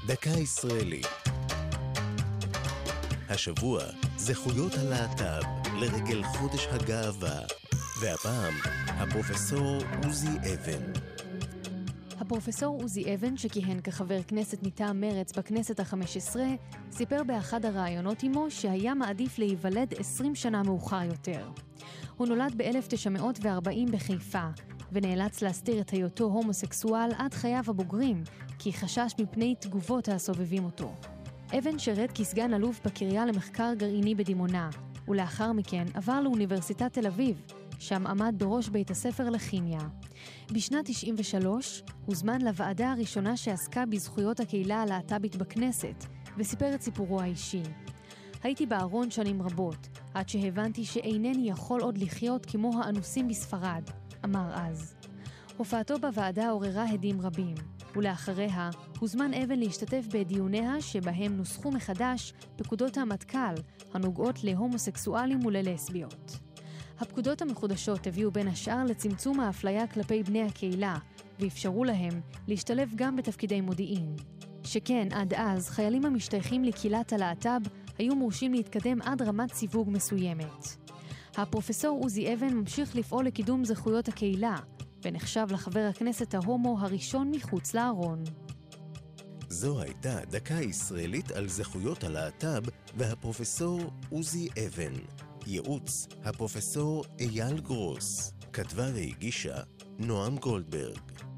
דקה ישראלית. השבוע זכויות הלהט"ב לרגל חודש הגאווה, והפעם הפרופסור עוזי אבן. הפרופסור עוזי אבן, שכיהן כחבר כנסת מטעם מרץ בכנסת ה-15, סיפר באחד הראיונות עמו שהיה מעדיף להיוולד 20 שנה מאוחר יותר. הוא נולד ב-1940 בחיפה, ונאלץ להסתיר את היותו הומוסקסואל עד חייו הבוגרים, כי חשש מפני תגובות הסובבים אותו. אבן שרת כסגן אלוף בקריה למחקר גרעיני בדימונה, ולאחר מכן עבר לאוניברסיטת תל אביב, שם עמד בראש בית הספר לכימיה. בשנת 93 הוזמן לוועדה הראשונה שעסקה בזכויות הקהילה הלהט"בית בכנסת, וסיפר את סיפורו האישי. הייתי בארון שנים רבות, עד שהבנתי שאינני יכול עוד לחיות כמו האנוסים בספרד, אמר אז. הופעתו בוועדה עוררה הדים רבים, ולאחריה הוזמן אבן להשתתף בדיוניה שבהם נוסחו מחדש פקודות המטכ"ל הנוגעות להומוסקסואלים וללסביות. הפקודות המחודשות הביאו בין השאר לצמצום האפליה כלפי בני הקהילה, ואפשרו להם להשתלב גם בתפקידי מודיעין. שכן עד אז חיילים המשתייכים לקהילת הלהט"ב היו מורשים להתקדם עד רמת סיווג מסוימת. הפרופסור עוזי אבן ממשיך לפעול לקידום זכויות הקהילה, ונחשב לחבר הכנסת ההומו הראשון מחוץ לארון. זו הייתה דקה ישראלית על זכויות הלהט"ב והפרופסור עוזי אבן. ייעוץ הפרופסור אייל גרוס. כתבה והגישה נועם גולדברג.